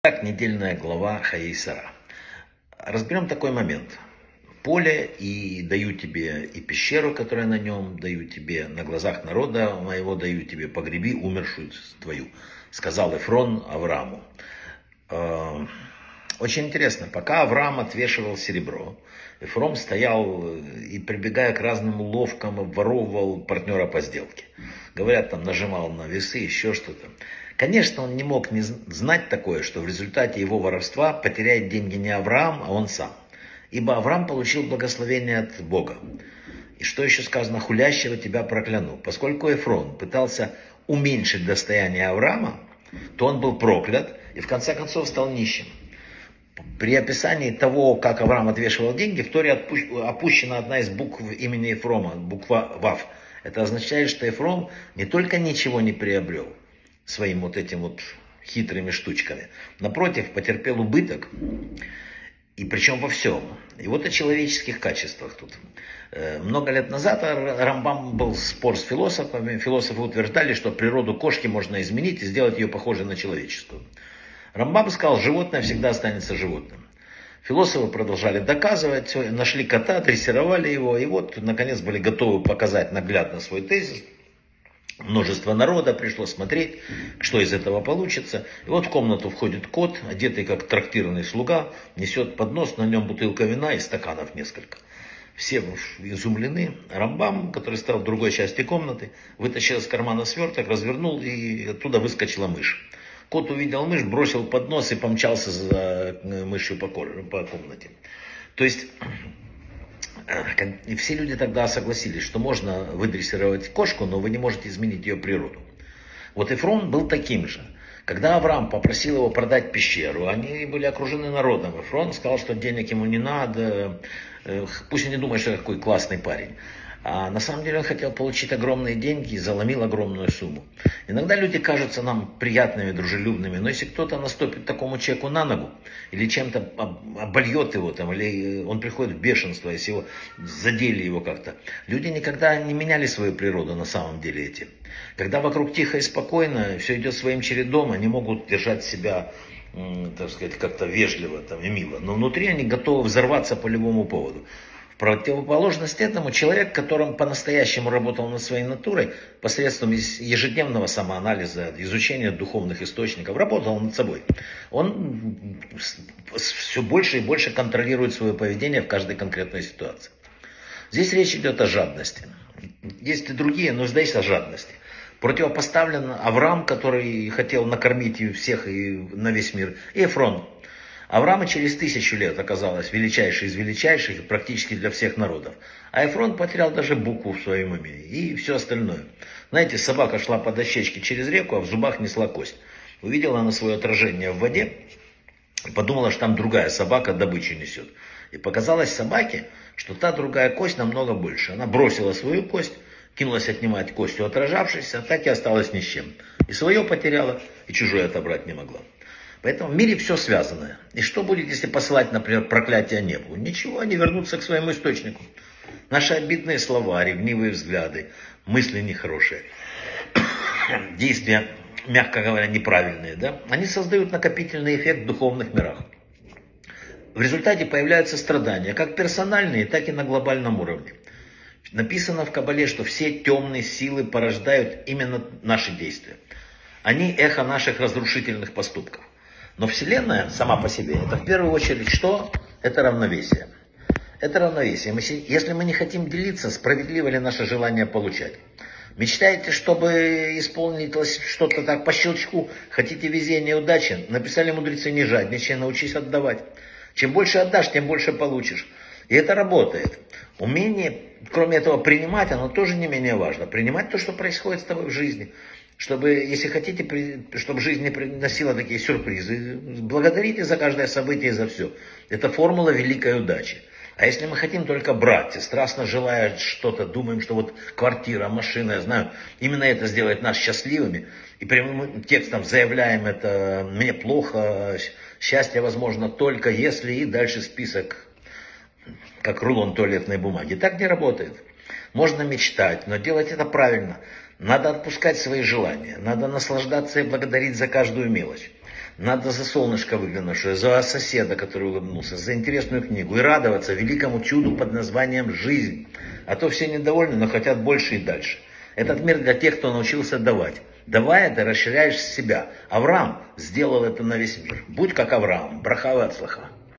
Так, недельная глава Хаей-Сара. Разберем такой момент. Поле, и даю тебе и пещеру, которая на нем, даю тебе на глазах народа моего, даю тебе погреби умершую твою, сказал Эфрон Аврааму. Очень интересно, пока Авраам отвешивал серебро, Эфрон стоял и, прибегая к разным уловкам, обворовывал партнера по сделке. Говорят, там нажимал на весы, еще что-то. Конечно, он не мог не знать такое, что в результате его воровства потеряет деньги не Авраам, а он сам. Ибо Авраам получил благословение от Бога. И что еще сказано, хулящего тебя прокляну. Поскольку Эфрон пытался уменьшить достояние Авраама, то он был проклят и в конце концов стал нищим. При описании того, как Авраам отвешивал деньги, в Торе опущена одна из букв имени Эфрома, буква Вав. Это означает, что Эфрон не только ничего не приобрел своими вот этими вот хитрыми штучками, напротив, потерпел убыток, и причем во всем. И вот о человеческих качествах тут. Много лет назад Рамбам был спор с философами. Философы утверждали, что природу кошки можно изменить и сделать ее похожей на человеческую. Рамбам сказал, животное всегда останется животным. Философы продолжали доказывать, нашли кота, дрессировали его, и вот, наконец, были готовы показать наглядно свой тезис. Множество народа пришло смотреть, что из этого получится. И вот в комнату входит кот, одетый как трактирный слуга, несет поднос, на нем бутылка вина и стаканов несколько. Все изумлены. Рамбам, который стоял в другой части комнаты, вытащил из кармана сверток, развернул, и оттуда выскочила мышь. Кот увидел мышь, бросил поднос и помчался за мышью по комнате. То есть, и все люди тогда согласились, что можно выдрессировать кошку, но вы не можете изменить ее природу. Вот Эфрон был таким же. Когда Авраам попросил его продать пещеру, они были окружены народом. Эфрон сказал, что денег ему не надо, пусть он не думает, что я такой классный парень. А на самом деле он хотел получить огромные деньги и заломил огромную сумму. Иногда люди кажутся нам приятными, дружелюбными, но если кто-то наступит такому человеку на ногу, или чем-то обольет его, там, или он приходит в бешенство, если его задели его как-то, люди никогда не меняли свою природу на самом деле этим. Когда вокруг тихо и спокойно, все идет своим чередом, они могут держать себя, так сказать, как-то вежливо там, и мило, но внутри они готовы взорваться по любому поводу. В противоположность этому, человек, которым по-настоящему работал над своей натурой, посредством ежедневного самоанализа, изучения духовных источников, работал над собой, он все больше и больше контролирует свое поведение в каждой конкретной ситуации. Здесь речь идет о жадности. Есть и другие, но здесь о жадности. Противопоставлен Авраам, который хотел накормить всех и на весь мир, и Эфрон. Авраама через 1000 лет оказалось величайший из величайших практически для всех народов. А Эфрон потерял даже букву в своем имени и все остальное. Знаете, собака шла по дощечке через реку, а в зубах несла кость. Увидела она свое отражение в воде и подумала, что там другая собака добычу несет. И показалось собаке, что та другая кость намного больше. Она бросила свою кость, кинулась отнимать кость у отражавшейся, а так и осталась ни с чем. И свое потеряла, и чужое отобрать не могла. Поэтому в мире все связано. И что будет, если посылать, например, проклятие небу? Ничего, они вернутся к своему источнику. Наши обидные слова, ревнивые взгляды, мысли нехорошие, действия, мягко говоря, неправильные, да? Они создают накопительный эффект в духовных мирах. В результате появляются страдания, как персональные, так и на глобальном уровне. Написано в Кабале, что все темные силы порождают именно наши действия. Они эхо наших разрушительных поступков. Но Вселенная сама по себе, это в первую очередь что? Это равновесие. Это равновесие. Если мы не хотим делиться, справедливо ли наше желание получать? Мечтаете, чтобы исполнилось что-то так по щелчку? Хотите везения, удачи? Написали мудрецы, не жадничай, научись отдавать. Чем больше отдашь, тем больше получишь. И это работает. Умение, кроме этого, принимать, оно тоже не менее важно. Принимать то, что происходит с тобой в жизни. Чтобы, если хотите, чтобы жизнь не приносила такие сюрпризы, благодарите за каждое событие и за все. Это формула великой удачи. А если мы хотим только брать, и страстно желая что-то, думаем, что вот квартира, машина, я знаю, именно это сделает нас счастливыми, и прямым текстом заявляем это, мне плохо, счастье возможно только если, и дальше список, как рулон туалетной бумаги. Так не работает. Можно мечтать, но делать это правильно. Надо отпускать свои желания, надо наслаждаться и благодарить за каждую мелочь. Надо за солнышко выглянувшее, за соседа, который улыбнулся, за интересную книгу и радоваться великому чуду под названием «Жизнь». А то все недовольны, но хотят больше и дальше. Этот мир для тех, кто научился давать. Давая, ты расширяешь себя. Авраам сделал это на весь мир. Будь как Авраам. Браха ве ацлаха.